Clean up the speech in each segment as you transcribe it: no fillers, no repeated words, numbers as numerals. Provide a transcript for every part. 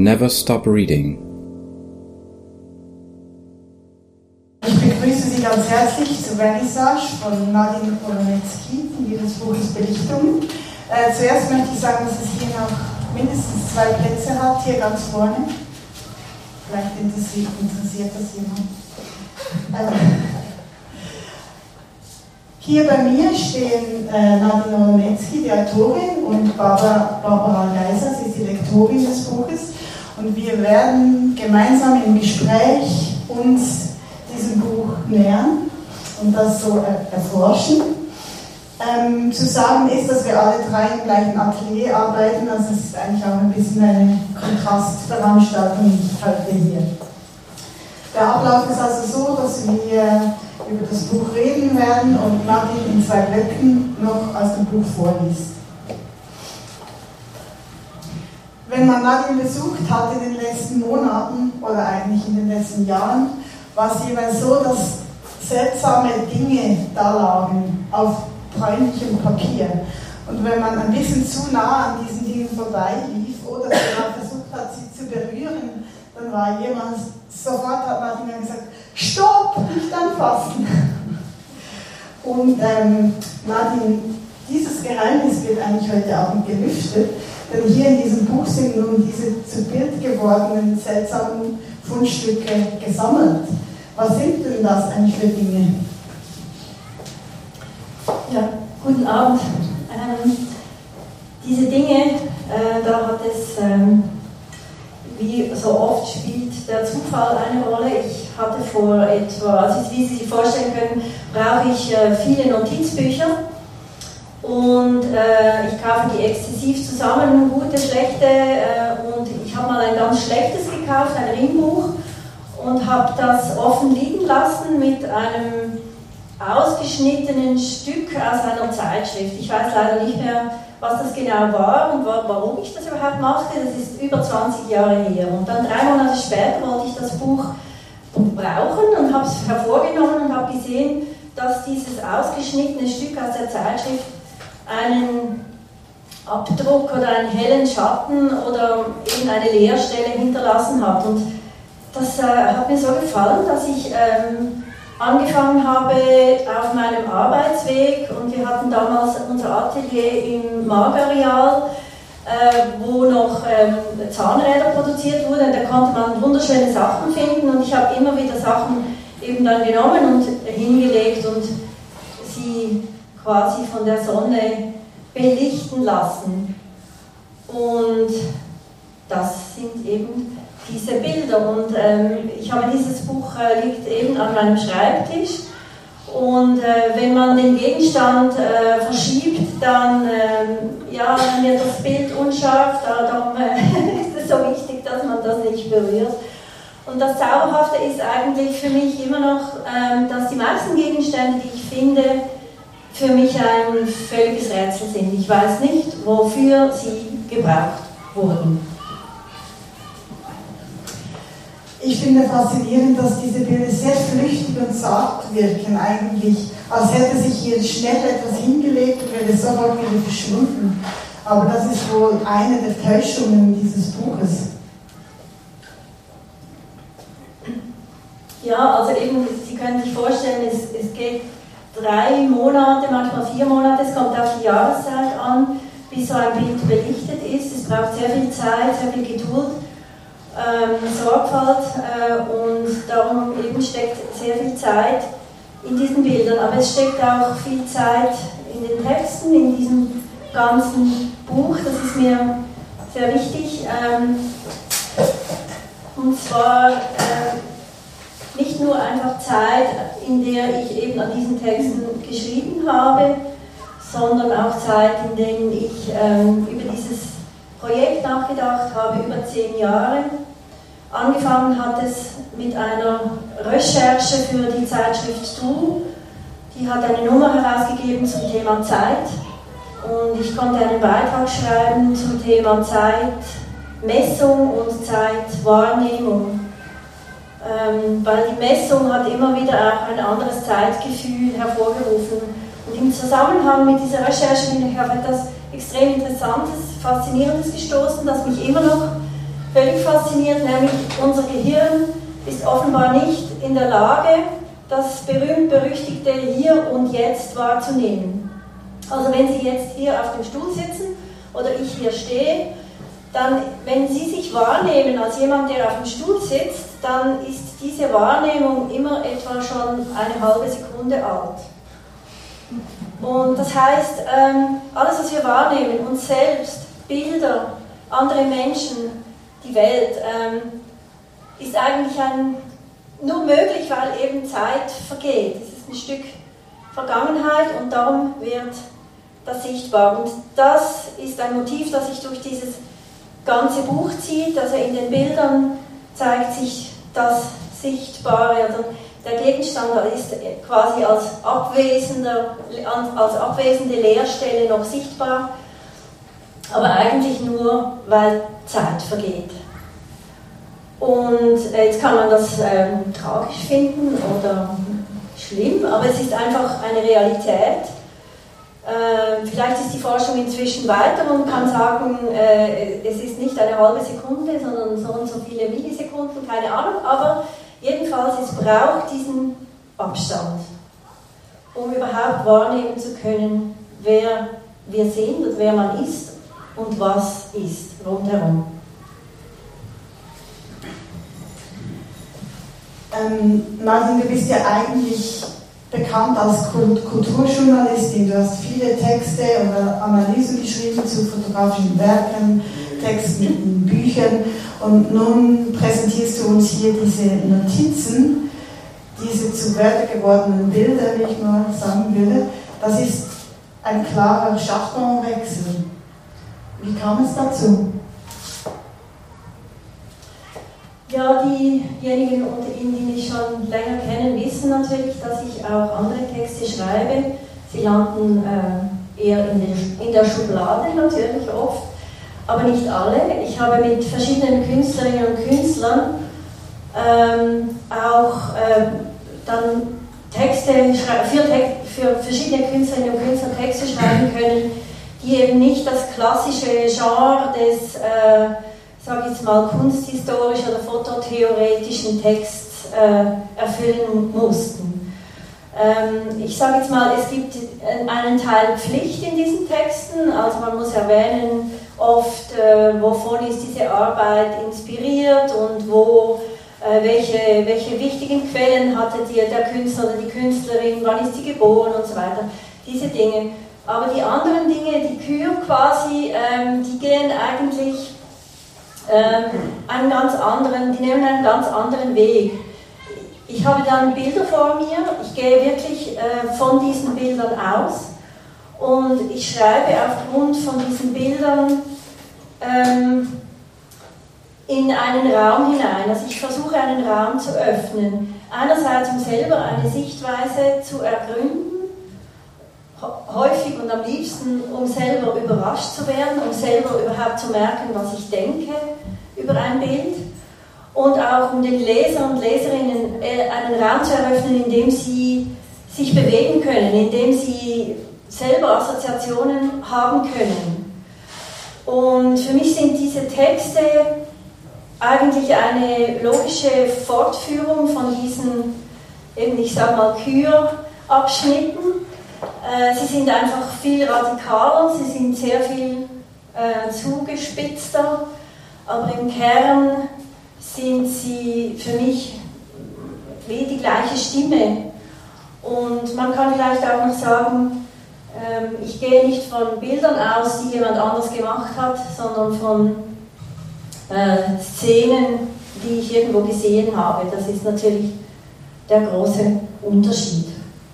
Never Stop Reading. Ich begrüße Sie ganz herzlich zur Vernissage von Nadine Polometzky in ihres Buches Belichtung. Zuerst möchte ich sagen, dass es hier noch mindestens 2 Plätze hat, hier ganz vorne. Vielleicht interessiert das jemand. Hier bei mir stehen Nadine Polometzky, die Autorin, und Barbara Geiser, sie ist die Lektorin des Buches. Und wir werden gemeinsam im Gespräch uns diesem Buch nähern und das so erforschen. Zu sagen ist, dass wir alle 3 im gleichen Atelier arbeiten, also es ist eigentlich auch ein bisschen eine Kontrastveranstaltung heute hier. Der Ablauf ist also so, dass wir über das Buch reden werden und Nadine in 2 Blöcken noch aus dem Buch vorliest. Wenn man Nadine besucht hat in den letzten Monaten oder eigentlich in den letzten Jahren, war es jeweils so, dass seltsame Dinge da lagen auf bräunlichem Papier. Und wenn man ein bisschen zu nah an diesen Dingen vorbeilief oder sogar versucht hat, sie zu berühren, dann war jemand, sofort hat Nadine gesagt, stopp, nicht anfassen. Und Nadine, dieses Geheimnis wird eigentlich heute Abend gelüftet, denn hier in diesem Buch sind nun diese zu Bild gewordenen seltsamen Fundstücke gesammelt. Was sind denn das eigentlich für Dinge? Ja, guten Abend. Diese Dinge, da hat es, wie so oft spielt der Zufall eine Rolle. Ich hatte vor etwa, also wie Sie sich vorstellen können, brauche ich viele Notizbücher und ich kaufe die exzessiv zusammen, gute, schlechte, und ich habe mal ein ganz schlechtes gekauft, ein Ringbuch, und habe das offen liegen lassen mit einem ausgeschnittenen Stück aus einer Zeitschrift. Ich weiß leider nicht mehr, was das genau war und warum ich das überhaupt machte. Das ist über 20 Jahre her. Und dann 3 Monate später wollte ich das Buch brauchen und habe es hervorgenommen und habe gesehen, dass dieses ausgeschnittene Stück aus der Zeitschrift einen Abdruck oder einen hellen Schatten oder eben eine Leerstelle hinterlassen hat. Und das hat mir so gefallen, dass ich angefangen habe auf meinem Arbeitsweg, und wir hatten damals unser Atelier im Margareal, wo noch Zahnräder produziert wurden. Da konnte man wunderschöne Sachen finden, und ich habe immer wieder Sachen eben dann genommen und hingelegt und sie quasi von der Sonne belichten lassen. Und das sind eben diese Bilder, und ich habe dieses Buch liegt eben an meinem Schreibtisch, und wenn man den Gegenstand verschiebt, dann wird das Bild unscharf, darum ist es so wichtig, dass man das nicht berührt. Und das Zauberhafte ist eigentlich für mich immer noch, dass die meisten Gegenstände, die ich finde, für mich ein völliges Rätsel sind. Ich weiß nicht, wofür sie gebraucht wurden. Ich finde faszinierend, dass diese Bilder sehr flüchtig und zart wirken eigentlich, als hätte sich hier schnell etwas hingelegt und wäre sofort wieder verschwunden. Aber das ist wohl eine der Täuschungen dieses Buches. Ja, also eben, Sie können sich vorstellen, es geht 3 Monate, manchmal 4 Monate, es kommt auf die Jahreszeit an, bis so ein Bild belichtet ist. Es braucht sehr viel Zeit, sehr viel Geduld. Sorgfalt, und darum eben steckt sehr viel Zeit in diesen Bildern, aber es steckt auch viel Zeit in den Texten, in diesem ganzen Buch, das ist mir sehr wichtig, und zwar nicht nur einfach Zeit, in der ich eben an diesen Texten geschrieben habe, sondern auch Zeit, in der ich über dieses Projekt nachgedacht habe, über 10 Jahre. Angefangen hat es mit einer Recherche für die Zeitschrift Du. Die hat eine Nummer herausgegeben zum Thema Zeit, und ich konnte einen Beitrag schreiben zum Thema Zeitmessung und Zeitwahrnehmung. Weil die Messung hat immer wieder auch ein anderes Zeitgefühl hervorgerufen. Und im Zusammenhang mit dieser Recherche bin ich auf etwas extrem Interessantes, Faszinierendes gestoßen, das mich immer noch völlig fasziniert, nämlich unser Gehirn ist offenbar nicht in der Lage, das berühmt-berüchtigte Hier und Jetzt wahrzunehmen. Also wenn Sie jetzt hier auf dem Stuhl sitzen oder ich hier stehe, dann, wenn Sie sich wahrnehmen als jemand, der auf dem Stuhl sitzt, dann ist diese Wahrnehmung immer etwa schon eine halbe Sekunde alt. Und das heißt, alles, was wir wahrnehmen, uns selbst, Bilder, andere Menschen, die Welt, ist eigentlich nur möglich, weil eben Zeit vergeht. Es ist ein Stück Vergangenheit und darum wird das sichtbar. Und das ist ein Motiv, das sich durch dieses ganze Buch zieht. Also in den Bildern zeigt sich das Sichtbare. Also der Gegenstand ist quasi als abwesende Leerstelle noch sichtbar, aber eigentlich nur, weil Zeit vergeht. Und jetzt kann man das tragisch finden oder schlimm, aber es ist einfach eine Realität. Vielleicht ist die Forschung inzwischen weiter und kann sagen, es ist nicht eine halbe Sekunde, sondern so und so viele Millisekunden, keine Ahnung, aber jedenfalls, es braucht diesen Abstand, um überhaupt wahrnehmen zu können, wer wir sind und wer man ist und was ist rundherum. Nadine, du bist ja eigentlich bekannt als Kulturjournalistin. Du hast viele Texte oder Analysen geschrieben zu fotografischen Werken, Texten in Büchern und nun präsentierst du uns hier diese Notizen, diese zu Wörter gewordenen Bilder, wie ich mal sagen würde. Das ist ein klarer Schachtelwechsel. Wie kam es dazu? Ja, diejenigen unter Ihnen, die mich schon länger kennen, wissen natürlich, dass ich auch andere Texte schreibe. Sie landen eher in der Schublade natürlich oft, aber nicht alle. Ich habe mit verschiedenen Künstlerinnen und Künstlern auch dann Texte für verschiedene Künstlerinnen und Künstler Texte schreiben können, die eben nicht das klassische Genre des sage ich jetzt mal, kunsthistorisch oder fototheoretischen Text erfüllen mussten. Ich sage jetzt mal, es gibt einen Teil Pflicht in diesen Texten, also man muss erwähnen, oft, wovon ist diese Arbeit inspiriert und welche wichtigen Quellen hatte der Künstler oder die Künstlerin, wann ist sie geboren und so weiter, diese Dinge. Aber die anderen Dinge, die Kür quasi, die gehen eigentlich die nehmen einen ganz anderen Weg. Ich habe dann Bilder vor mir, ich gehe wirklich von diesen Bildern aus und ich schreibe aufgrund von diesen Bildern in einen Raum hinein. Also ich versuche einen Raum zu öffnen. Einerseits um selber eine Sichtweise zu ergründen, häufig und am liebsten, um selber überrascht zu werden, um selber überhaupt zu merken, was ich denke über ein Bild und auch um den Leser und Leserinnen einen Raum zu eröffnen, in dem sie sich bewegen können, in dem sie selber Assoziationen haben können. Und für mich sind diese Texte eigentlich eine logische Fortführung von diesen, eben ich sage mal, Kürabschnitten. Sie sind einfach viel radikaler, sie sind sehr viel zugespitzter, aber im Kern sind sie für mich wie die gleiche Stimme. Und man kann vielleicht auch noch sagen, ich gehe nicht von Bildern aus, die jemand anders gemacht hat, sondern von Szenen, die ich irgendwo gesehen habe. Das ist natürlich der große Unterschied.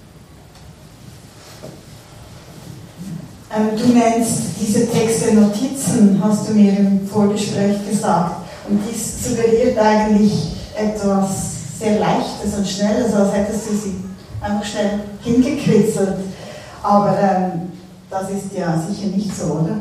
Du nennst diese Texte Notizen, hast du mir im Vorgespräch gesagt. Und dies suggeriert eigentlich etwas sehr Leichtes und Schnelles, als hättest du sie einfach schnell hingekritzelt. Aber das ist ja sicher nicht so, oder?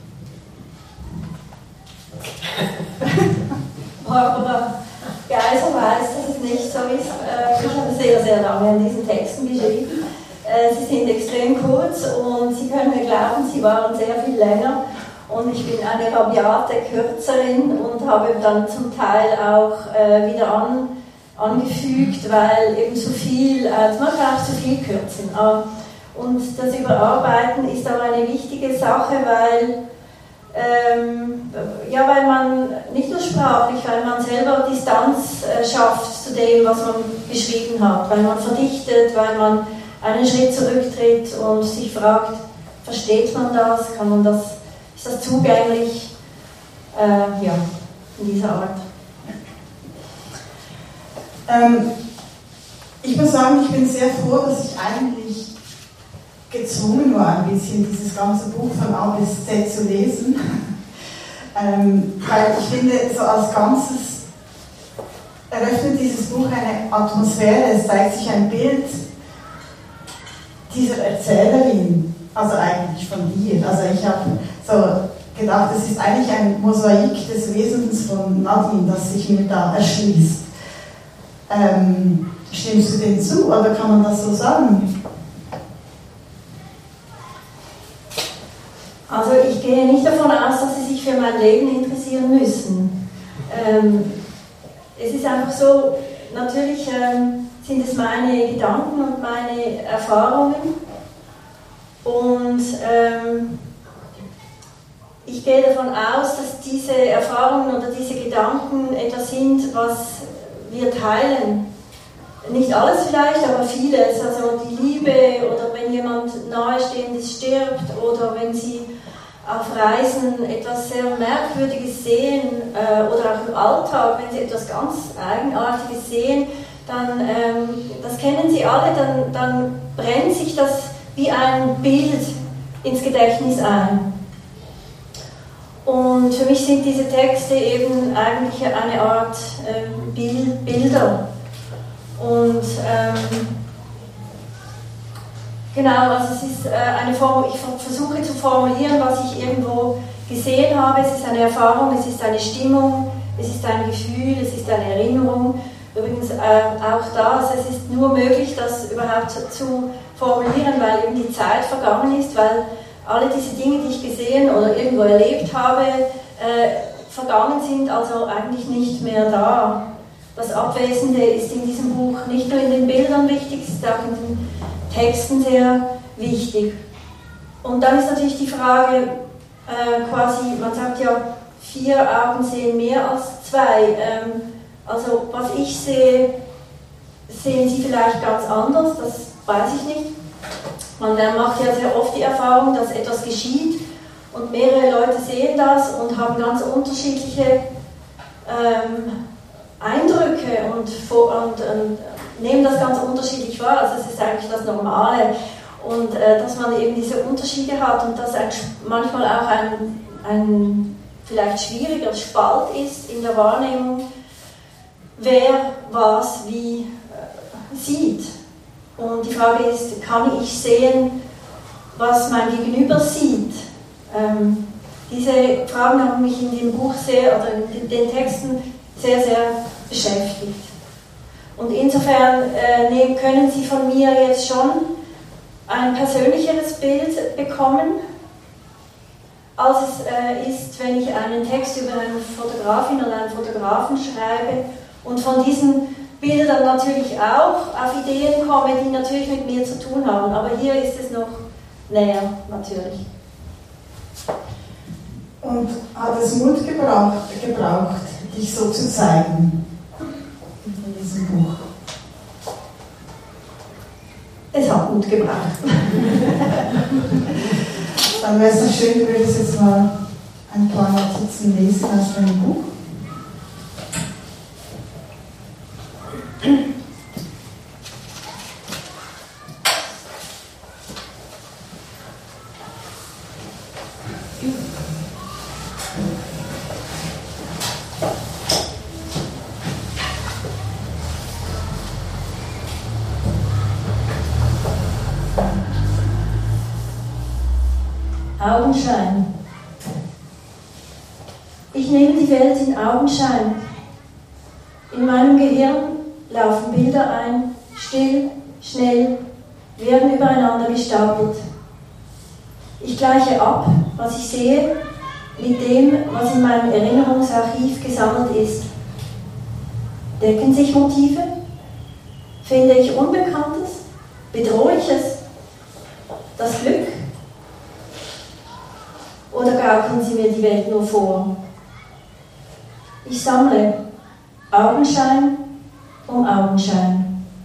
Barbara Geiser weiß, dass es nicht so ist. Ich habe sehr, sehr lange an diesen Texten geschrieben. Sie sind extrem kurz und Sie können mir glauben, sie waren sehr viel länger. und ich bin eine rabiate Kürzerin und habe dann zum Teil auch wieder angefügt, weil eben zu viel, man kann auch zu viel kürzen. Und das Überarbeiten ist aber eine wichtige Sache, weil man nicht nur sprachlich, weil man selber Distanz schafft zu dem, was man geschrieben hat, weil man verdichtet, weil man einen Schritt zurücktritt und sich fragt, versteht man das, kann man das, ist das zugänglich, in dieser Art. Ich muss sagen, ich bin sehr froh, dass ich eigentlich gezwungen war, ein bisschen dieses ganze Buch von A bis Z zu lesen. Weil ich finde, so als Ganzes eröffnet dieses Buch eine Atmosphäre, es zeigt sich ein Bild dieser Erzählerin, also eigentlich von dir. Also ich habe so gedacht, es ist eigentlich ein Mosaik des Wesens von Nadine, das sich mir da erschließt. Stimmst du dem zu, oder kann man das so sagen? Also ich gehe nicht davon aus, dass Sie sich für mein Leben interessieren müssen. Es ist einfach so, natürlich sind es meine Gedanken und meine Erfahrungen und ich gehe davon aus, dass diese Erfahrungen oder diese Gedanken etwas sind, was wir teilen. Nicht alles vielleicht, aber vieles. Also die Liebe oder wenn jemand Nahestehendes stirbt oder wenn Sie auf Reisen etwas sehr Merkwürdiges sehen oder auch im Alltag, wenn Sie etwas ganz Eigenartiges sehen, dann, das kennen Sie alle, dann brennt sich das wie ein Bild ins Gedächtnis ein. Und für mich sind diese Texte eben eigentlich eine Art Bilder. Und genau, also es ist eine Form, ich versuche zu formulieren, was ich irgendwo gesehen habe. Es ist eine Erfahrung, es ist eine Stimmung, es ist ein Gefühl, es ist eine Erinnerung. Übrigens auch das, es ist nur möglich, das überhaupt zu formulieren, weil eben die Zeit vergangen ist, weil alle diese Dinge, die ich gesehen oder irgendwo erlebt habe, vergangen sind, also eigentlich nicht mehr da. Das Abwesende ist in diesem Buch nicht nur in den Bildern wichtig, es ist auch in den Texten sehr wichtig. Und dann ist natürlich die Frage, quasi, man sagt ja, 4 Augen sehen mehr als 2. Also was ich sehe, sehen Sie vielleicht ganz anders, das weiß ich nicht. Man macht ja sehr oft die Erfahrung, dass etwas geschieht und mehrere Leute sehen das und haben ganz unterschiedliche Eindrücke und nehmen das ganz unterschiedlich wahr. Also es ist eigentlich das Normale. Und dass man eben diese Unterschiede hat und dass manchmal auch ein vielleicht schwieriger Spalt ist in der Wahrnehmung, wer was wie sieht. Und die Frage ist, kann ich sehen, was mein Gegenüber sieht? Diese Fragen haben mich in dem Buch oder in den Texten sehr, sehr beschäftigt. Und insofern können Sie von mir jetzt schon ein persönlicheres Bild bekommen, als es ist, wenn ich einen Text über eine Fotografin oder einen Fotografen schreibe und von diesen Bildern natürlich auch auf Ideen komme, die natürlich mit mir zu tun haben. Aber hier ist es noch näher, natürlich. Und hat es Mut gebraucht, dich so zu zeigen in diesem Buch? Es hat Mut gebraucht. Dann wäre es doch schön, du würdest jetzt mal ein paar Notizen lesen aus deinem Buch. Augenschein. Ich nehme die Welt in Augenschein. In meinem Gehirn laufen Bilder ein, still, schnell, werden übereinander gestapelt. Ich gleiche ab, was ich sehe, mit dem, was in meinem Erinnerungsarchiv gesammelt ist. Decken sich Motive? Finde ich Unbekanntes? Bedrohliches? Das Glück? Oder gaukeln sie mir die Welt nur vor? Ich sammle Augenschein um Augenschein.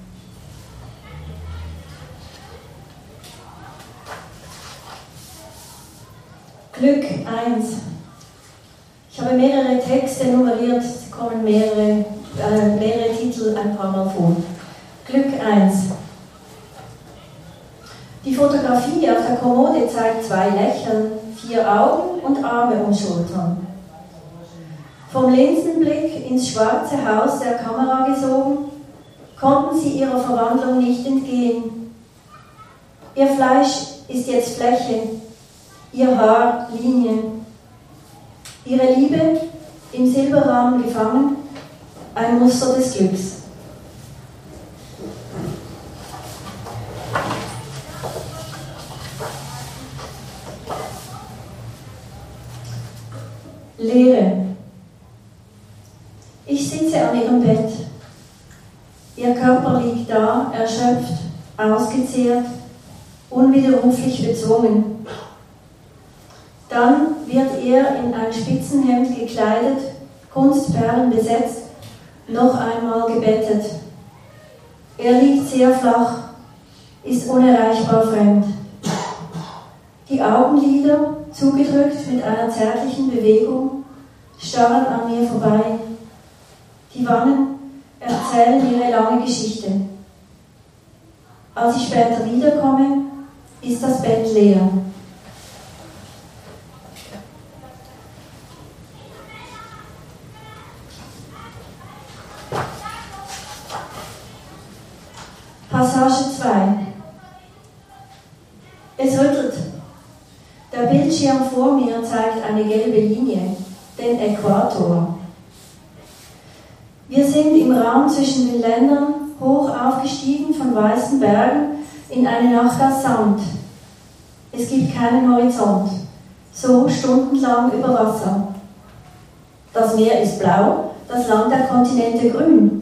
Glück 1. Ich habe mehrere Texte nummeriert, es kommen mehrere Titel ein paar Mal vor. Glück 1. Die Fotografie auf der Kommode zeigt 2 Lächeln, 4 Augen und Arme um Schultern. Vom Linsenblick ins schwarze Haus der Kamera gesogen, konnten sie ihrer Verwandlung nicht entgehen. Ihr Fleisch ist jetzt Fläche, ihr Haar Linien. Ihre Liebe im Silberrahmen gefangen, ein Muster des Glücks. Leere. Ich sitze an ihrem Bett. Ihr Körper liegt da, erschöpft, ausgezehrt, unwiderruflich bezwungen. Dann wird er in ein Spitzenhemd gekleidet, Kunstperlen besetzt, noch einmal gebettet. Er liegt sehr flach, ist unerreichbar fremd. Die Augenlider, zugedrückt mit einer zärtlichen Bewegung, starren an mir vorbei. Die Wangen erzählen ihre lange Geschichte. Als ich später wiederkomme, ist das Bett leer. Passage 2. Es rüttelt. Der Bildschirm vor mir zeigt eine gelbe Linie, den Äquator. Wir sind im Raum zwischen den Ländern hoch aufgestiegen von weißen Bergen in eine Nacht aus Sand. Es gibt keinen Horizont, so stundenlang über Wasser. Das Meer ist blau, das Land der Kontinente grün.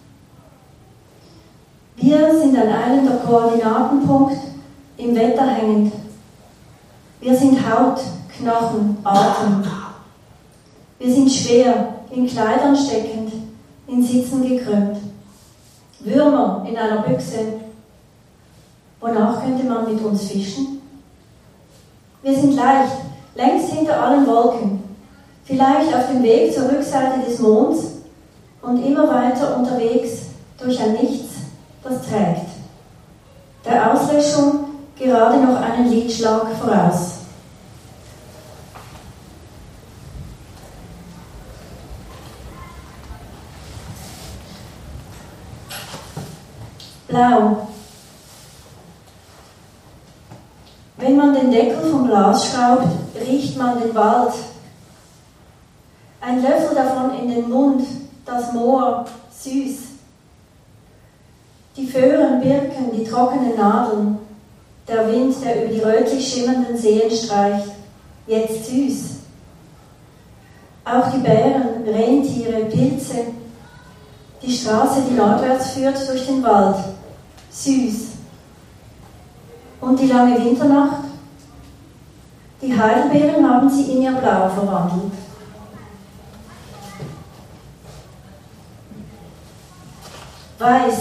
Wir sind ein eilender Koordinatenpunkt, im Wetter hängend. Wir sind Haut, Knochen, Atem. Wir sind schwer, in Kleidern steckend, in Sitzen gekrümmt. Würmer in einer Büchse. Wonach könnte man mit uns fischen? Wir sind leicht, längst hinter allen Wolken, vielleicht auf dem Weg zur Rückseite des Monds und immer weiter unterwegs durch ein Nichts, das trägt. Der Auslöschung gerade noch einen Lidschlag voraus. Blau. Wenn man den Deckel vom Glas schraubt, riecht man den Wald. Ein Löffel davon in den Mund, das Moor, süß. Die Föhren, Birken, die trockenen Nadeln, der Wind, der über die rötlich schimmernden Seen streicht, jetzt süß. Auch die Bären, Rentiere, Pilze, die Straße, die nordwärts führt durch den Wald, süß. Und die lange Winternacht? Die Heidelbeeren haben sie in ihr Blau verwandelt. Weiß.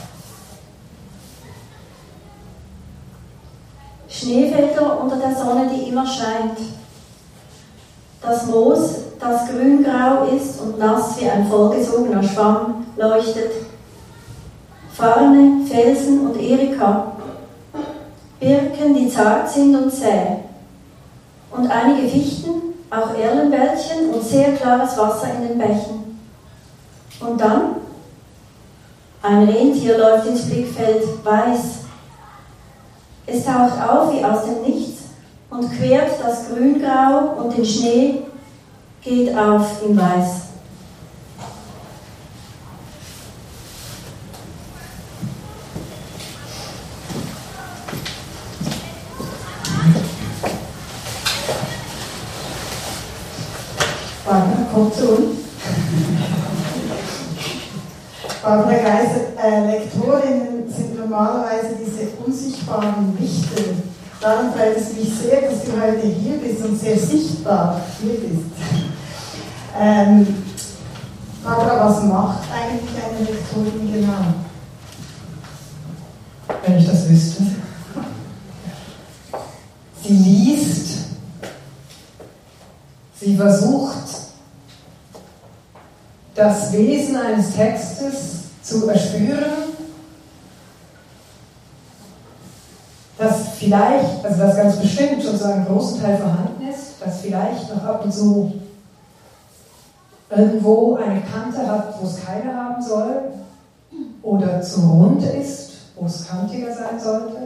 Schneefelder unter der Sonne, die immer scheint. Das Moos, das grüngrau ist und nass wie ein vollgesogener Schwamm, leuchtet. Farne, Felsen und Erika. Birken, die zart sind und zäh. Und einige Fichten, auch Erlenwäldchen und sehr klares Wasser in den Bächen. Und dann? Ein Rentier läuft ins Blickfeld, weiß. Es taucht auf wie aus dem Nichts und quert das Grüngrau und den Schnee, geht auf in Weiß. Barbara, komm zu uns. Barbara Geiser, Lektorinnen sind normalerweise diese unsichtbaren Wichtel. Darum freut es mich sehr, dass du heute hier bist und sehr sichtbar hier bist. Barbara, was macht eigentlich eine Lektorin genau? Wenn ich das wüsste. Sie liest, sie versucht, das Wesen eines Textes zu erspüren, das vielleicht, also das ganz bestimmt schon zu einem großen Teil vorhanden ist, das vielleicht noch ab und zu irgendwo eine Kante hat, wo es keine haben soll, oder zu rund ist, wo es kantiger sein sollte.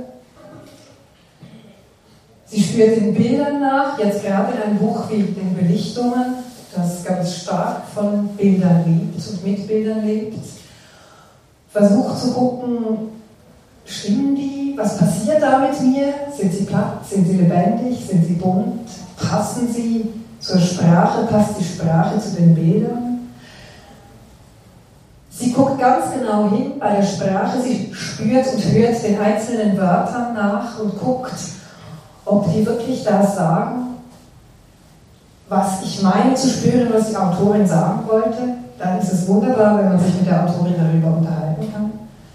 Sie spürt den Bildern nach, jetzt gerade in einem Buch wie den Belichtungen, das ganz stark von Bildern lebt und mit Bildern lebt. Versucht zu gucken, stimmen die? Was passiert da mit mir? Sind sie platt? Sind sie lebendig? Sind sie bunt? Passen sie zur Sprache? Passt die Sprache zu den Bildern? Sie guckt ganz genau hin bei der Sprache, sie spürt und hört den einzelnen Wörtern nach und guckt, ob die wirklich das sagen, was ich meine zu spüren, was die Autorin sagen wollte. Dann ist es wunderbar, wenn man sich mit der Autorin darüber unterhalten kann.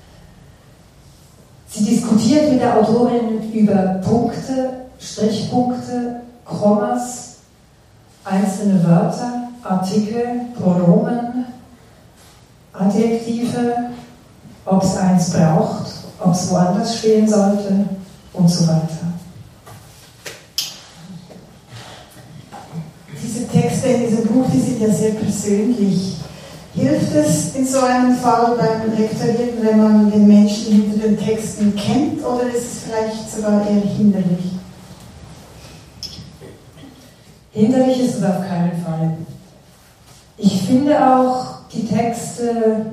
Sie diskutiert mit der Autorin über Punkte, Strichpunkte, Kommas, einzelne Wörter, Artikel, Pronomen, Adjektive, ob es eins braucht, ob es woanders stehen sollte und so weiter. Diese Texte in diesem Buch, die sind ja sehr persönlich. Hilft es in so einem Fall beim Lektorieren, wenn man den Menschen hinter den Texten kennt, oder ist es vielleicht sogar eher hinderlich? Hinderlich ist es auf keinen Fall. Ich finde auch, die Texte,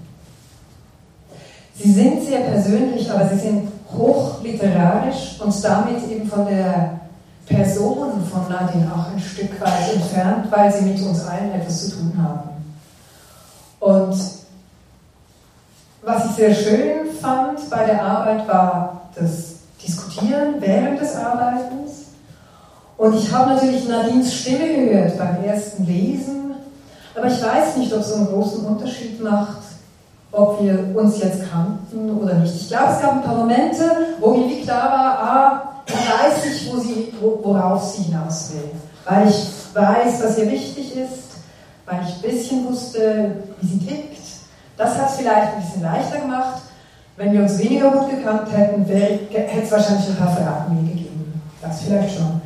sie sind sehr persönlich, aber sie sind hochliterarisch und damit eben von der Person von Nadine auch ein Stück weit entfernt, weil sie mit uns allen etwas zu tun haben. Und was ich sehr schön fand bei der Arbeit, war das Diskutieren während des Arbeitens. Und ich habe natürlich Nadines Stimme gehört beim ersten Lesen, aber ich weiß nicht, ob es so einen großen Unterschied macht, ob wir uns jetzt kannten oder nicht. Ich glaube, es gab ein paar Momente, wo irgendwie klar war, ich weiß nicht, worauf sie hinaus will. Weil ich weiß, was ihr wichtig ist, weil ich ein bisschen wusste, wie sie tickt. Das hat es vielleicht ein bisschen leichter gemacht. Wenn wir uns weniger gut gekannt hätten, hätte es wahrscheinlich ein paar Fragen mehr gegeben. Das vielleicht schon.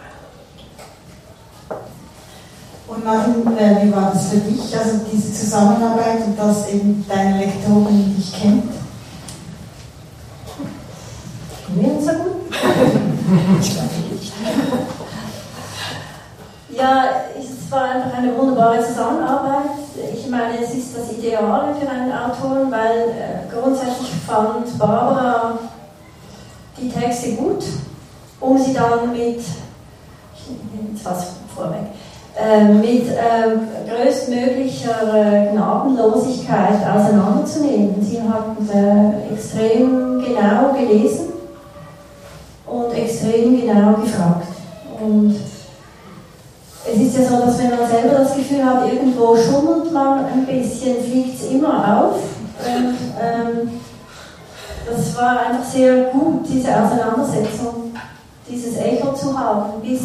Und Nadine, wie war das für dich, also diese Zusammenarbeit und dass eben deine Lektorin dich kennt? Nicht so gut? Ich glaube nicht. Ja, es war einfach eine wunderbare Zusammenarbeit. Ich meine, es ist das Ideale für einen Autoren, weil grundsätzlich fand Barbara die Texte gut, um sie dann mit, ich nehme jetzt was vorweg, mit größtmöglicher Gnadenlosigkeit auseinanderzunehmen. Sie hat extrem genau gelesen und extrem genau gefragt. Und es ist ja so, dass wenn man selber das Gefühl hat, irgendwo schummelt man ein bisschen, fliegt es immer auf. Und das war einfach sehr gut, diese Auseinandersetzung, dieses Echo zu haben, bis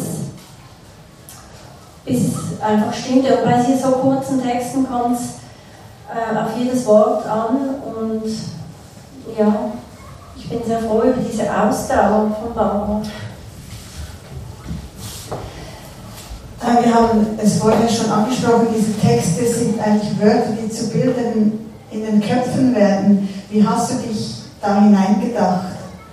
es einfach stimmte. Und bei so kurzen Texten kommt es auf jedes Wort an. Und ja, ich bin sehr froh über diese Ausdauer von Barbara. Wir haben es vorher schon angesprochen, diese Texte sind eigentlich Wörter, die zu Bildern in den Köpfen werden. Wie hast du dich da hineingedacht?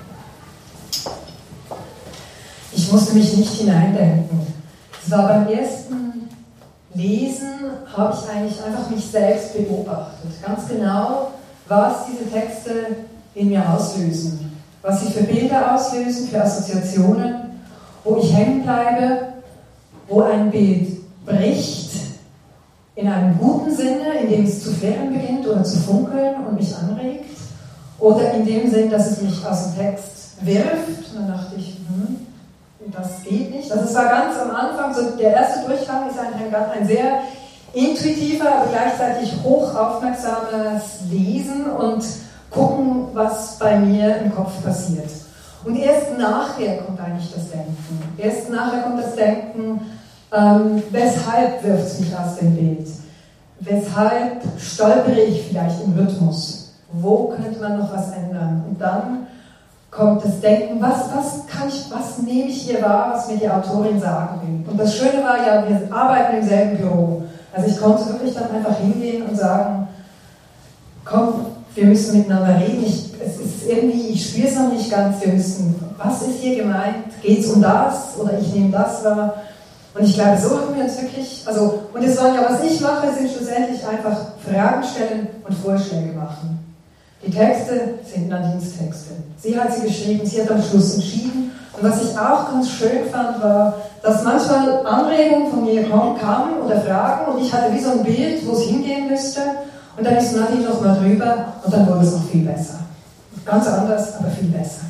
Ich musste mich nicht hineindenken. Es war beim ersten Lesen, habe ich eigentlich einfach mich selbst beobachtet. Ganz genau, was diese Texte in mir auslösen. Was sie für Bilder auslösen, für Assoziationen, wo ich hängen bleibe, wo ein Bild bricht in einem guten Sinne, in dem es zu flimmern beginnt oder zu funkeln und mich anregt, oder in dem Sinn, dass es mich aus dem Text wirft. Und dann dachte ich, das geht nicht. Das war ganz am Anfang, so der erste Durchgang ist ein sehr intuitiver, aber gleichzeitig hoch aufmerksames Lesen und gucken, was bei mir im Kopf passiert. Und erst nachher kommt eigentlich das Denken. Erst nachher kommt das Denken, weshalb wirft es mich aus dem Bild? Weshalb stolpere ich vielleicht im Rhythmus? Wo könnte man noch was ändern? Und dann kommt das Denken, was nehme ich hier wahr, was mir die Autorin sagen will? Und das Schöne war ja, wir arbeiten im selben Büro. Also ich konnte wirklich dann einfach hingehen und sagen, komm, wir müssen miteinander reden. Ich spüre es noch nicht ganz, was ist hier gemeint? Geht es um das? Oder ich nehme das wahr? Und ich glaube, so haben wir uns wirklich, und es waren ja, was ich mache, sind schlussendlich einfach Fragen stellen und Vorschläge machen. Die Texte sind Nadines Texte. Sie hat sie geschrieben, sie hat am Schluss entschieden. Und was ich auch ganz schön fand, war, dass manchmal Anregungen von mir kamen oder Fragen und ich hatte wie so ein Bild, wo es hingehen müsste. Und dann ist Nadine nochmal drüber und dann wurde es noch viel besser. Ganz anders, aber viel besser.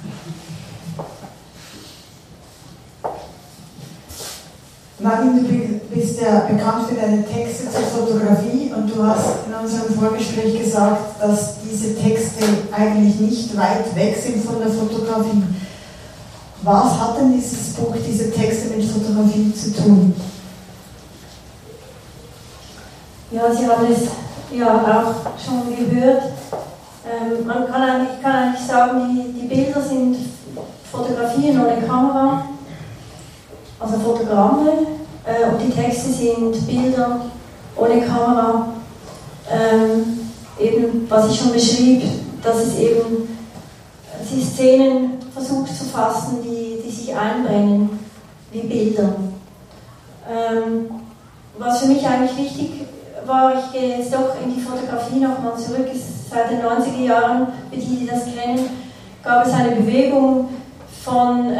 Nadine, du bist ja bekannt für deine Texte zur Fotografie und du hast in unserem Vorgespräch gesagt, dass diese Texte eigentlich nicht weit weg sind von der Fotografie. Was hat denn dieses Buch, diese Texte mit Fotografie zu tun? Ja, Sie haben es ja auch schon gehört. Man kann eigentlich sagen, die Bilder sind Fotografien ohne Kamera, also Fotogramme, und die Texte sind Bilder ohne Kamera. Eben, was ich schon beschrieb, dass es eben die Szenen versucht zu fassen, die sich einbrennen, wie Bilder. Was für mich eigentlich wichtig war, ich gehe jetzt doch in die Fotografie nochmal zurück, seit den 90er Jahren, für die das kennen, gab es eine Bewegung von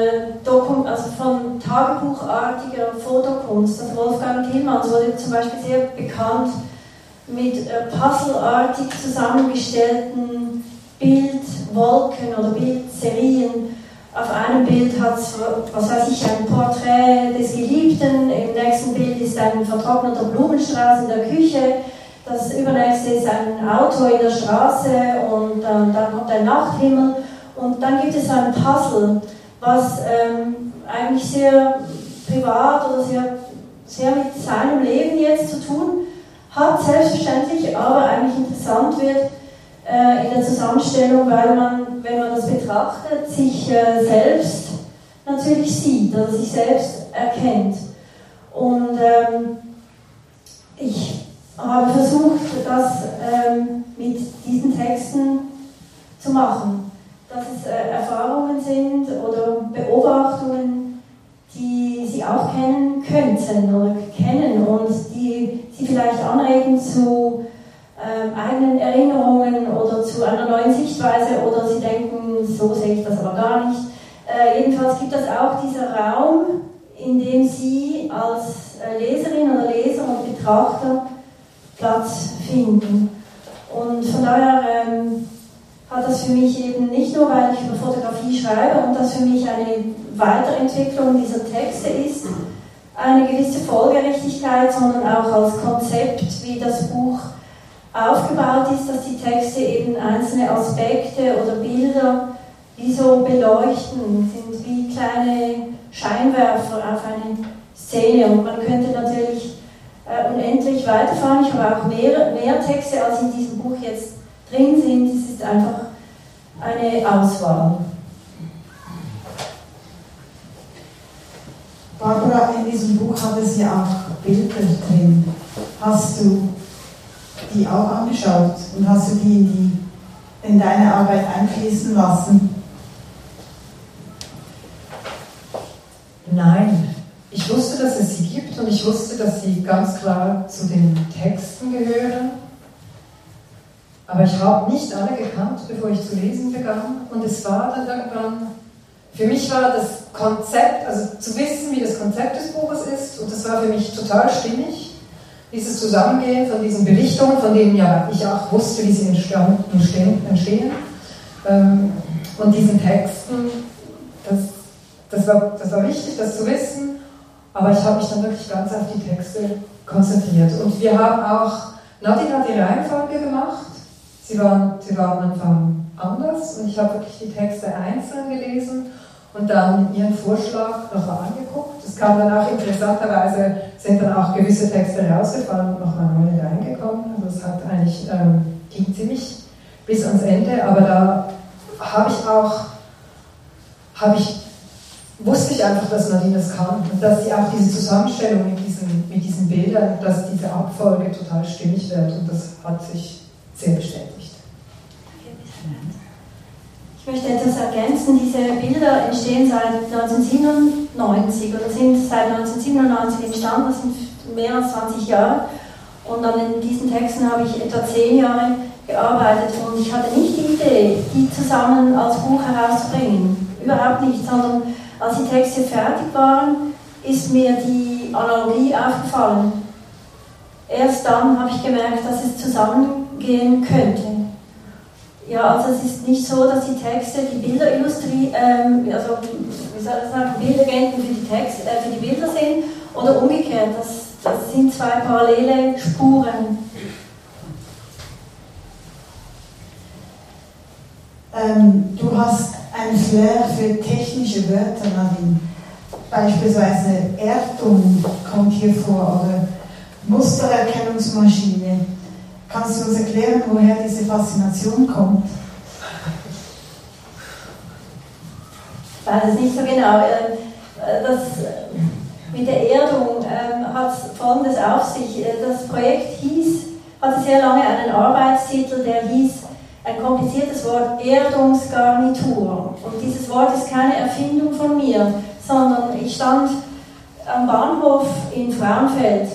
tagebuchartiger Fotokunst. Also Wolfgang Tillmans wurde zum Beispiel sehr bekannt mit puzzleartig zusammengestellten Bildwolken oder Bildserien. Auf einem Bild hat es, was weiß ich, ein Porträt des Geliebten, im nächsten Bild ist ein vertrockneter Blumenstrauß in der Küche, das übernächste ist ein Auto in der Straße und dann kommt ein Nachthimmel und dann gibt es ein Puzzle, was eigentlich sehr privat oder sehr mit seinem Leben jetzt zu tun hat, selbstverständlich, aber eigentlich interessant wird in der Zusammenstellung, weil man, wenn man das betrachtet, sich selbst natürlich sieht oder sich selbst erkennt. Und ich habe versucht, das mit diesen Texten zu machen, dass es Erfahrungen sind oder Beobachtungen, die Sie auch kennen könnten oder kennen und die Sie vielleicht anregen zu eigenen Erinnerungen oder zu einer neuen Sichtweise oder Sie denken, so sehe ich das aber gar nicht. Jedenfalls gibt es auch dieser Raum, in dem Sie als Leserin oder Leser und Betrachter Platz finden. Und von daher hat das für mich eben nicht nur, weil ich über Fotografie schreibe und das für mich eine Weiterentwicklung dieser Texte ist, eine gewisse Folgerichtigkeit, sondern auch als Konzept, wie das Buch aufgebaut ist, dass die Texte eben einzelne Aspekte oder Bilder wie so beleuchten, sind wie kleine Scheinwerfer auf eine Szene und man könnte natürlich unendlich weiterfahren. Ich habe auch mehr Texte, als in diesem Buch jetzt drin sind. Es ist einfach eine Auswahl. Barbara, in diesem Buch hat es ja auch Bilder drin. Hast du die auch angeschaut und hast du die in deine Arbeit einfließen lassen? Nein, ich wusste, dass es sie gibt und ich wusste, dass sie ganz klar zu den Texten gehören. Aber ich habe nicht alle gekannt, bevor ich zu lesen begann. Und es war dann irgendwann für mich war das Konzept, also zu wissen, wie das Konzept des Buches ist, und das war für mich total stimmig, dieses Zusammengehen von diesen Berichtungen, von denen ja ich auch wusste, wie sie entstehen, und diesen Texten, das war wichtig, das zu wissen, aber ich habe mich dann wirklich ganz auf die Texte konzentriert. Und wir haben auch, Nadine hat die Reihenfolge gemacht, sie waren am Anfang anders, und ich habe wirklich die Texte einzeln gelesen und dann ihren Vorschlag nochmal angeguckt. Es kam dann auch interessanterweise, sind dann auch gewisse Texte rausgefallen und nochmal neue reingekommen. Also es hat eigentlich, ging ziemlich bis ans Ende, aber da wusste ich einfach, dass Nadine das kann und dass sie auch diese Zusammenstellung mit diesen Bildern, dass diese Abfolge total stimmig wird, und das hat sich sehr bestätigt. Ich möchte etwas ergänzen. Diese Bilder entstehen seit 1997 oder sind seit 1997 entstanden, das sind mehr als 20 Jahre. Und an diesen Texten habe ich etwa 10 Jahre gearbeitet, und ich hatte nicht die Idee, die zusammen als Buch herauszubringen. Überhaupt nicht, sondern als die Texte fertig waren, ist mir die Analogie aufgefallen. Erst dann habe ich gemerkt, dass es zusammengehen könnte. Ja, also es ist nicht so, dass die Texte die Bilder illustrieren, also wie soll ich sagen, Bildagenten für die Bilder sind, oder umgekehrt. Das sind zwei parallele Spuren. Du hast ein Flair für technische Wörter, Nadine. Beispielsweise Erdung kommt hier vor, oder Mustererkennungsmaschine. Kannst du uns erklären, woher diese Faszination kommt? Ich weiß es nicht so genau. Das mit der Erdung hat Folgendes auf sich. Das Projekt hatte sehr lange einen Arbeitstitel, der hieß, ein kompliziertes Wort, Erdungsgarnitur. Und dieses Wort ist keine Erfindung von mir, sondern ich stand am Bahnhof in Frauenfeld.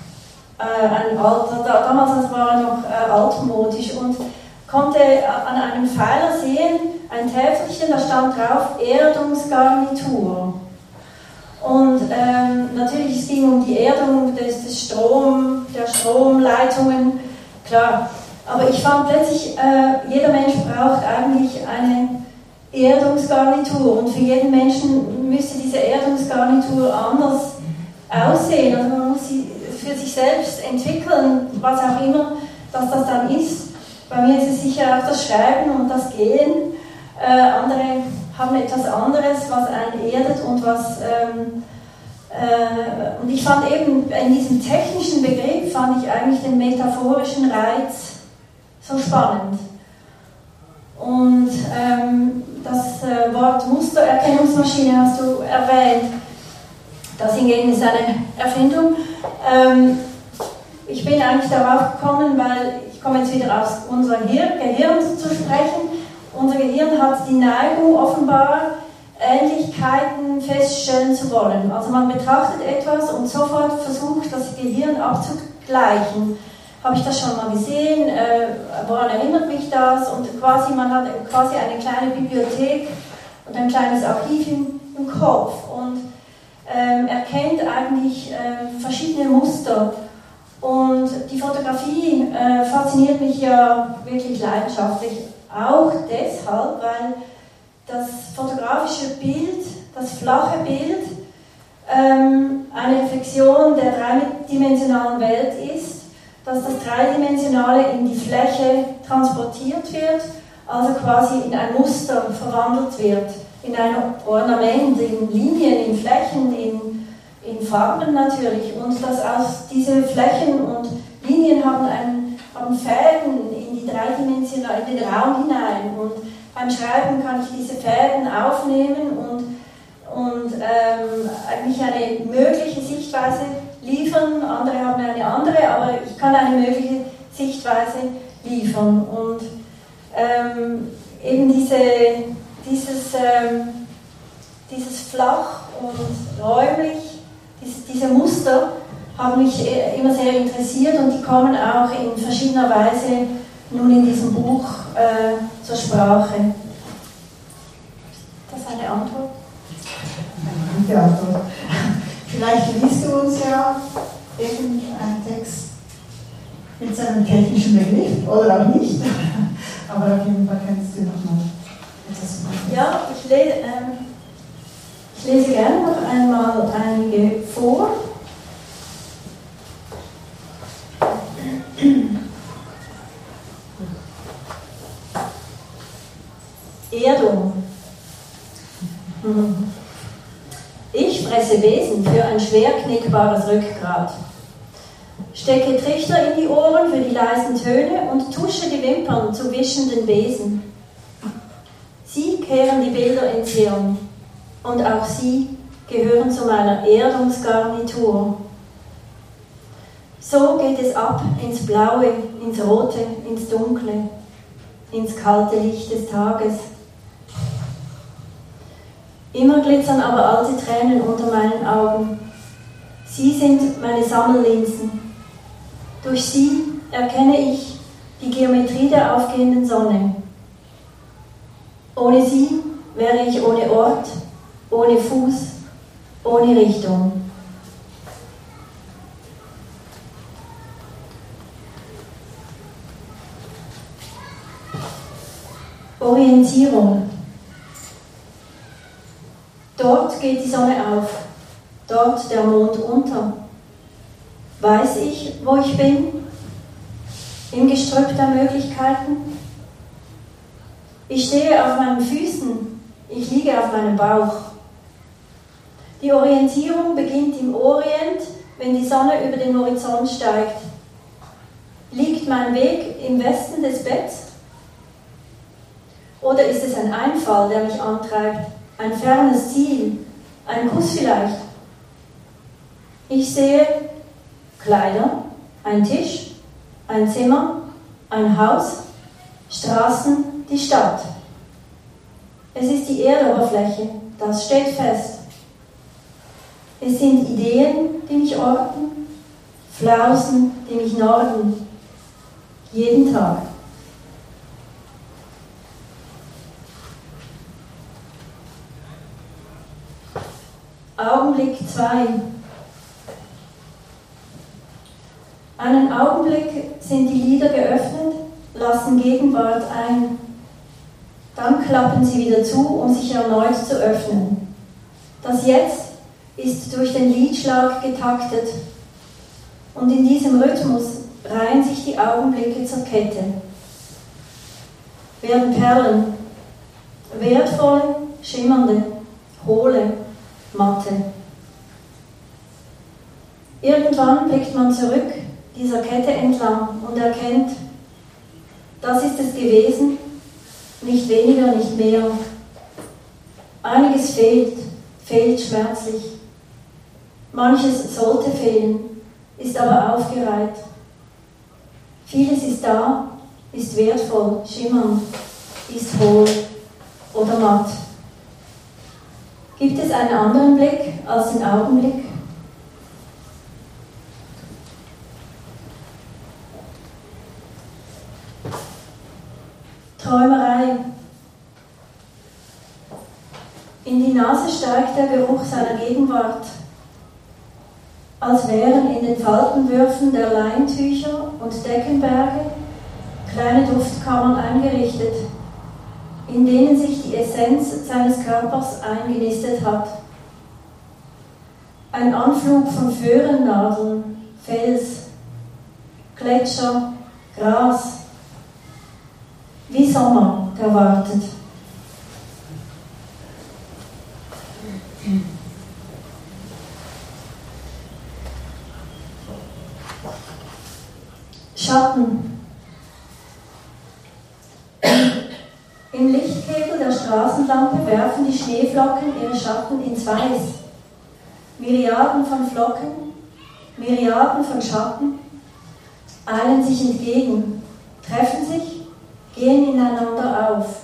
Damals war er noch altmodisch, und konnte an einem Pfeiler sehen, ein Täfelchen, da stand drauf Erdungsgarnitur. Und natürlich, es ging um die Erdung der Stromleitungen, klar. Aber ich fand plötzlich, jeder Mensch braucht eigentlich eine Erdungsgarnitur, und für jeden Menschen müsste diese Erdungsgarnitur anders aussehen. Also man muss sie für sich selbst entwickeln, was auch immer das dann ist. Bei mir ist es sicher auch das Schreiben und das Gehen. Andere haben etwas anderes, was einen erdet und was... und ich fand eben in diesem technischen Begriff fand ich eigentlich den metaphorischen Reiz so spannend. Und das Wort Mustererkennungsmaschine hast du erwähnt. Das hingegen ist eine Erfindung. Ich bin eigentlich darauf gekommen, weil ich komme jetzt wieder auf unser Gehirn zu sprechen. Unser Gehirn hat die Neigung, offenbar Ähnlichkeiten feststellen zu wollen. Also man betrachtet etwas und sofort versucht, das Gehirn abzugleichen. Habe ich das schon mal gesehen? Woran erinnert mich das? Und man hat quasi eine kleine Bibliothek und ein kleines Archiv im Kopf und erkennt eigentlich verschiedene Muster. Und die Fotografie fasziniert mich ja wirklich leidenschaftlich, auch deshalb, weil das fotografische Bild, das flache Bild, eine Reflexion der dreidimensionalen Welt ist, dass das Dreidimensionale in die Fläche transportiert wird, also quasi in ein Muster verwandelt wird, in ein Ornament, in Linien, in Flächen, in Farben natürlich, und dass aus diese Flächen und Linien haben Fäden in die dreidimensionale, in den Raum hinein, und beim Schreiben kann ich diese Fäden aufnehmen und eigentlich eine mögliche Sichtweise liefern. Andere haben eine andere, aber ich kann eine mögliche Sichtweise liefern. Und eben dieses flach und räumlich, diese Muster haben mich immer sehr interessiert, und die kommen auch in verschiedener Weise nun in diesem Buch zur Sprache. Das ist eine Antwort. gute Antwort. Vielleicht liest du uns ja irgendeinen Text mit seinem technischen Begriff oder auch nicht. Aber auf jeden Fall kannst du nochmal etwas machen. Ja, ich lese gerne noch einmal einige vor. Erdung. Ich fresse Wesen für ein schwer knickbares Rückgrat. Stecke Trichter in die Ohren für die leisen Töne und tusche die Wimpern zu wischenden Besen. Sie kehren die Bilder ins Hirn und auch sie gehören zu meiner Erdungsgarnitur. So geht es ab ins Blaue, ins Rote, ins Dunkle, ins kalte Licht des Tages. Immer glitzern aber alte Tränen unter meinen Augen. Sie sind meine Sammellinsen. Durch sie erkenne ich die Geometrie der aufgehenden Sonne. Ohne sie wäre ich ohne Ort, ohne Fuß, ohne Richtung. Orientierung. Dort geht die Sonne auf, dort der Mond unter. Weiß ich, wo ich bin? Im Gestrüpp der Möglichkeiten? Ich stehe auf meinen Füßen, ich liege auf meinem Bauch. Die Orientierung beginnt im Orient, wenn die Sonne über den Horizont steigt. Liegt mein Weg im Westen des Betts? Oder ist es ein Einfall, der mich antreibt? Ein fernes Ziel, ein Kuss vielleicht. Ich sehe Kleider, ein Tisch, ein Zimmer, ein Haus, Straßen, die Stadt. Es ist die Erdoberfläche, das steht fest. Es sind Ideen, die mich orten, Flausen, die mich norden, jeden Tag. Augenblick 2. Einen Augenblick sind die Lider geöffnet, lassen Gegenwart ein. Dann klappen sie wieder zu, um sich erneut zu öffnen. Das Jetzt ist durch den Liedschlag getaktet. Und in diesem Rhythmus reihen sich die Augenblicke zur Kette. Werden Perlen, wertvolle, schimmernde, hohle, matte. Irgendwann blickt man zurück dieser Kette entlang und erkennt, das ist es gewesen, nicht weniger, nicht mehr. Einiges fehlt schmerzlich. Manches sollte fehlen, ist aber aufgereiht. Vieles ist da, ist wertvoll, schimmernd, ist hohl oder matt. Gibt es einen anderen Blick als den Augenblick? Träumerei. In die Nase steigt der Geruch seiner Gegenwart, als wären in den Faltenwürfen der Leintücher und Deckenberge kleine Duftkammern eingerichtet, in denen sich die Essenz seines Körpers eingenistet hat. Ein Anflug von Föhrennadeln, Fels, Gletscher, Gras, wie Sommer, der wartet. Schatten. Im Lichtkegel der Straßenlampe werfen die Schneeflocken ihre Schatten ins Weiß. Myriaden von Flocken, Myriaden von Schatten eilen sich entgegen, treffen sich, gehen ineinander auf.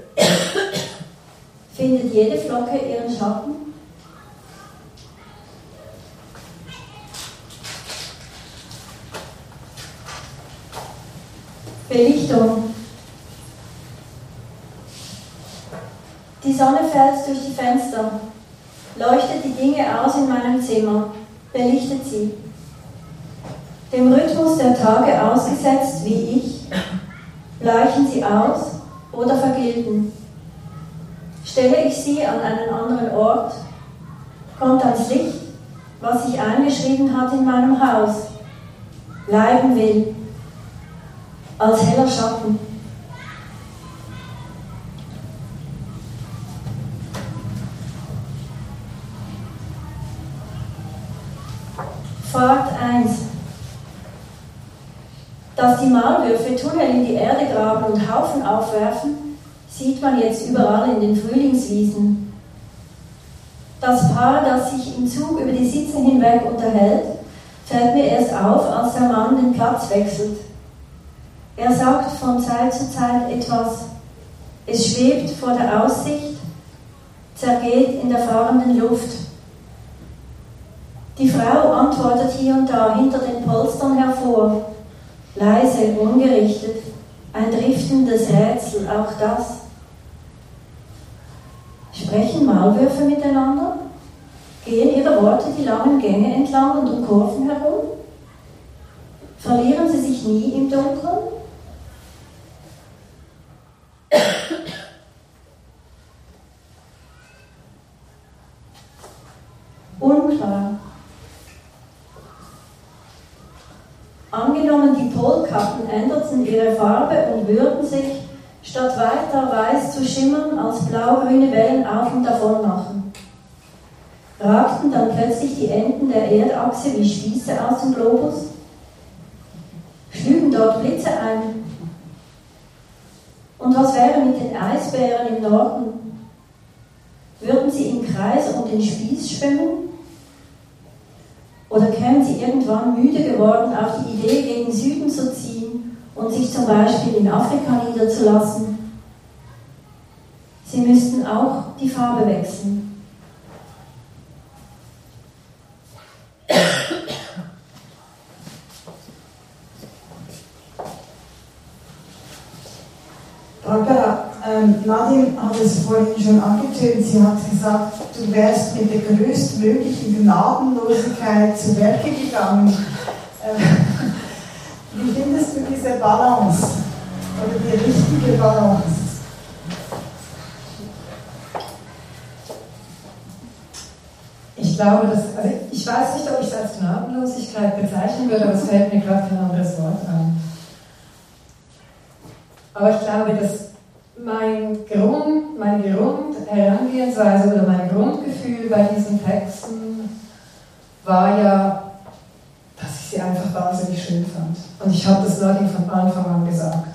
Findet jede Flocke ihren Schatten? Belichtung. Die Sonne fällt durch die Fenster. leuchtet die Dinge aus in meinem Zimmer, belichtet sie. Dem Rhythmus der Tage ausgesetzt wie ich, bleichen sie aus oder vergilben. Stelle ich sie an einen anderen Ort, kommt ans Licht, was sich eingeschrieben hat in meinem Haus, bleiben will, als heller Schatten. Fakt 1. Dass die Maulwürfe Tunnel in die Erde graben und Haufen aufwerfen, sieht man jetzt überall in den Frühlingswiesen. Das Paar, das sich im Zug über die Sitze hinweg unterhält, fällt mir erst auf, als der Mann den Platz wechselt. Er sagt von Zeit zu Zeit etwas. Es schwebt vor der Aussicht, zergeht in der fahrenden Luft. Die Frau antwortet hier und da hinter den Polstern hervor, leise, ungerichtet, ein driftendes Rätsel, auch das. Sprechen Maulwürfe miteinander? Gehen ihre Worte die langen Gänge entlang und um Kurven herum? Verlieren sie sich nie im Dunkeln? Unklar. Angenommen, die Polkappen änderten ihre Farbe und würden sich, statt weiter weiß zu schimmern, als blau-grüne Wellen auf und davon machen. Ragten dann plötzlich die Enden der Erdachse wie Spieße aus dem Globus? Schlügen dort Blitze ein? Und was wäre mit den Eisbären im Norden? Würden sie im Kreis um den Spieß schwimmen? Oder kämen sie irgendwann müde geworden, auf die Idee, gegen Süden zu ziehen und sich zum Beispiel in Afrika niederzulassen? Sie müssten auch die Farbe wechseln. Barbara, Nadine hat es vorhin schon angetönt, sie hat gesagt, du wärst mit der größtmöglichen Gnadenlosigkeit zu Werke gegangen. Wie findest du diese Balance oder die richtige Balance? Ich glaube, also ich weiß nicht, ob ich es als Gnadenlosigkeit bezeichnen würde, aber es fällt mir gerade kein anderes Wort ein. Aber ich glaube, dass meine Grundherangehensweise oder mein Grundgefühl bei diesen Texten war ja, dass ich sie einfach wahnsinnig schön fand. Und ich habe das Nadine von Anfang an gesagt.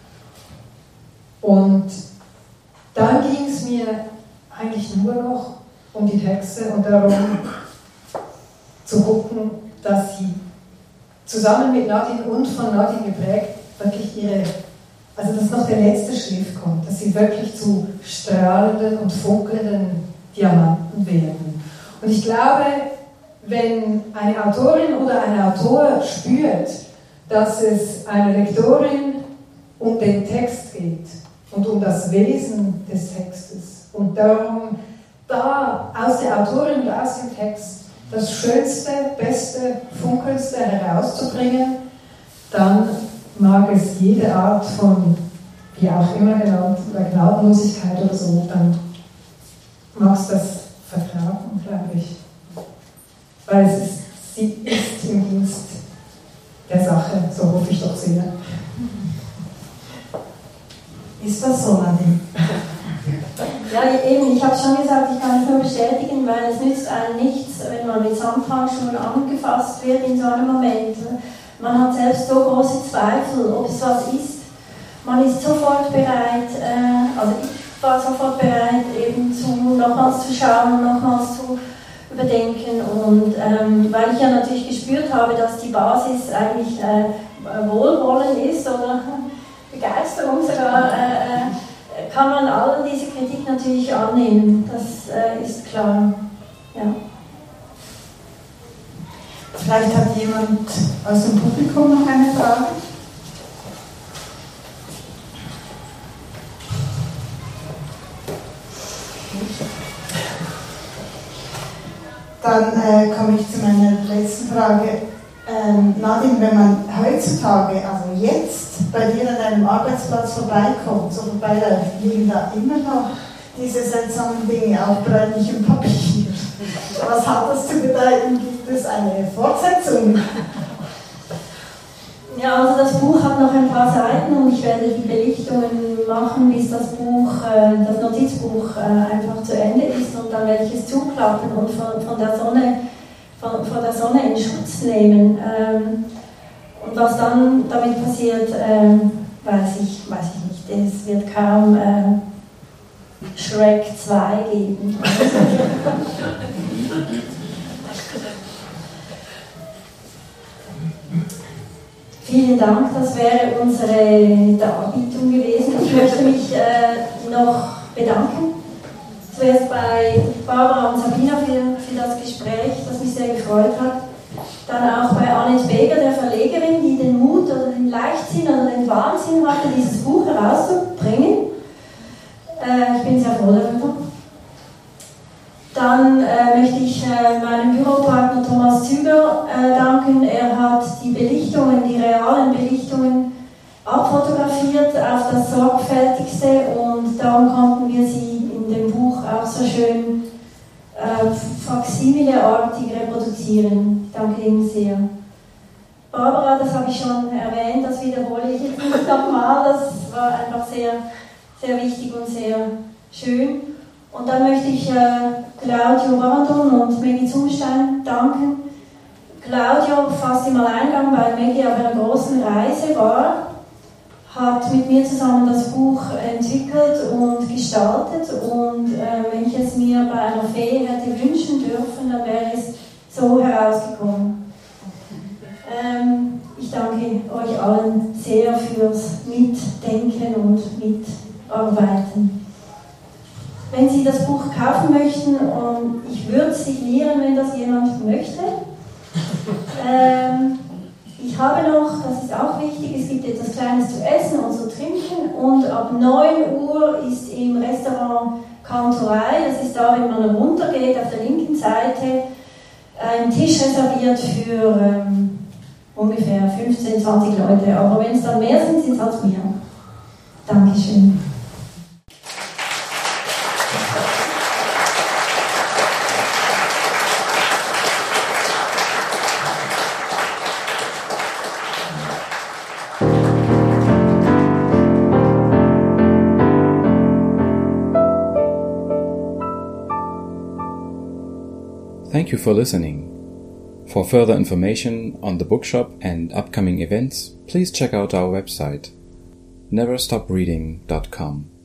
Und dann ging es mir eigentlich nur noch um die Texte und darum zu gucken, dass sie zusammen mit Nadine und von Nadine geprägt wirklich also dass noch der letzte Schliff kommt, dass sie wirklich zu strahlenden und funkelnden Diamanten werden. Und ich glaube, wenn eine Autorin oder ein Autor spürt, dass es einer Lektorin um den Text geht und um das Wesen des Textes und darum, da aus der Autorin und aus dem Text das Schönste, Beste, Funkelndste herauszubringen, dann mag es jede Art von, wie auch immer genannt, oder Gnadenlosigkeit oder so, dann mag es das vertragen, glaube ich. Weil sie ist im Dienst der Sache, so hoffe ich doch sehr. Ist das so, Nadine? Ja, eben, ich habe schon gesagt, ich kann es nur bestätigen, weil es nützt einem nichts, wenn man mit Samthandschuhen angefasst wird in so einem Moment. Man hat selbst so große Zweifel, ob es was ist. Man ist sofort bereit, also ich war sofort bereit, eben nochmals zu schauen, nochmals zu überdenken. Und weil ich ja natürlich gespürt habe, dass die Basis eigentlich Wohlwollen ist oder Begeisterung sogar, kann man all diese Kritik natürlich annehmen. Das ist klar. Ja. Vielleicht hat jemand aus dem Publikum noch eine Frage? Dann komme ich zu meiner letzten Frage. Nadine, wenn man heutzutage, also jetzt, bei dir an deinem Arbeitsplatz vorbeikommt, so vorbeiläuft, liegen da immer noch diese seltsamen Dinge auf bräunlichem Papier. Was hat das zu bedeuten? Gibt es eine Fortsetzung? Ja, also das Buch hat noch ein paar Seiten und ich werde die Belichtungen machen, bis das Buch, das Notizbuch einfach zu Ende ist, und dann werde ich es zuklappen und von der Sonne in Schutz nehmen. Und was dann damit passiert, weiß ich nicht. Es wird kaum Shrek 2 geben. Vielen Dank, das wäre unsere Darbietung gewesen. Ich möchte mich noch bedanken. Zuerst bei Barbara und Sabina für das Gespräch, das mich sehr gefreut hat. Dann auch bei Annette Beger, der Verlegerin, die den Mut oder den Leichtsinn oder den Wahnsinn hatte, dieses Buch herauszubringen. Ich bin sehr froh darüber. Dann möchte ich meinem Büropartner Thomas Züger danken. Er hat die Belichtungen, die realen Belichtungen abfotografiert auf das Sorgfältigste, und darum konnten wir sie in dem Buch auch so schön Faksimile-artig reproduzieren. Ich danke Ihnen sehr. Barbara, das habe ich schon erwähnt, das wiederhole ich jetzt nicht nochmal, das war einfach sehr, sehr wichtig und sehr schön. Und dann möchte ich Claudio Randon und Maggie Zumstein danken. Claudio, fast im Alleingang, weil Maggie auf einer großen Reise war, hat mit mir zusammen das Buch entwickelt und gestaltet, und wenn ich es mir bei einer Fee hätte wünschen dürfen, dann wäre es so herausgekommen. Ich danke euch allen sehr fürs Mitdenken und Mitarbeiten. Wenn Sie das Buch kaufen möchten, und ich würde es signieren, wenn das jemand möchte. Ich habe noch, das ist auch wichtig, es gibt etwas Kleines zu essen und zu trinken, und ab 9 Uhr ist im Restaurant Kantorei, das ist da, wenn man runtergeht, auf der linken Seite, ein Tisch reserviert für ungefähr 15, 20 Leute. Aber wenn es dann mehr sind, sind es halt mehr. Dankeschön. Thank you for listening. For further information on the bookshop and upcoming events, please check out our website, neverstopreading.com.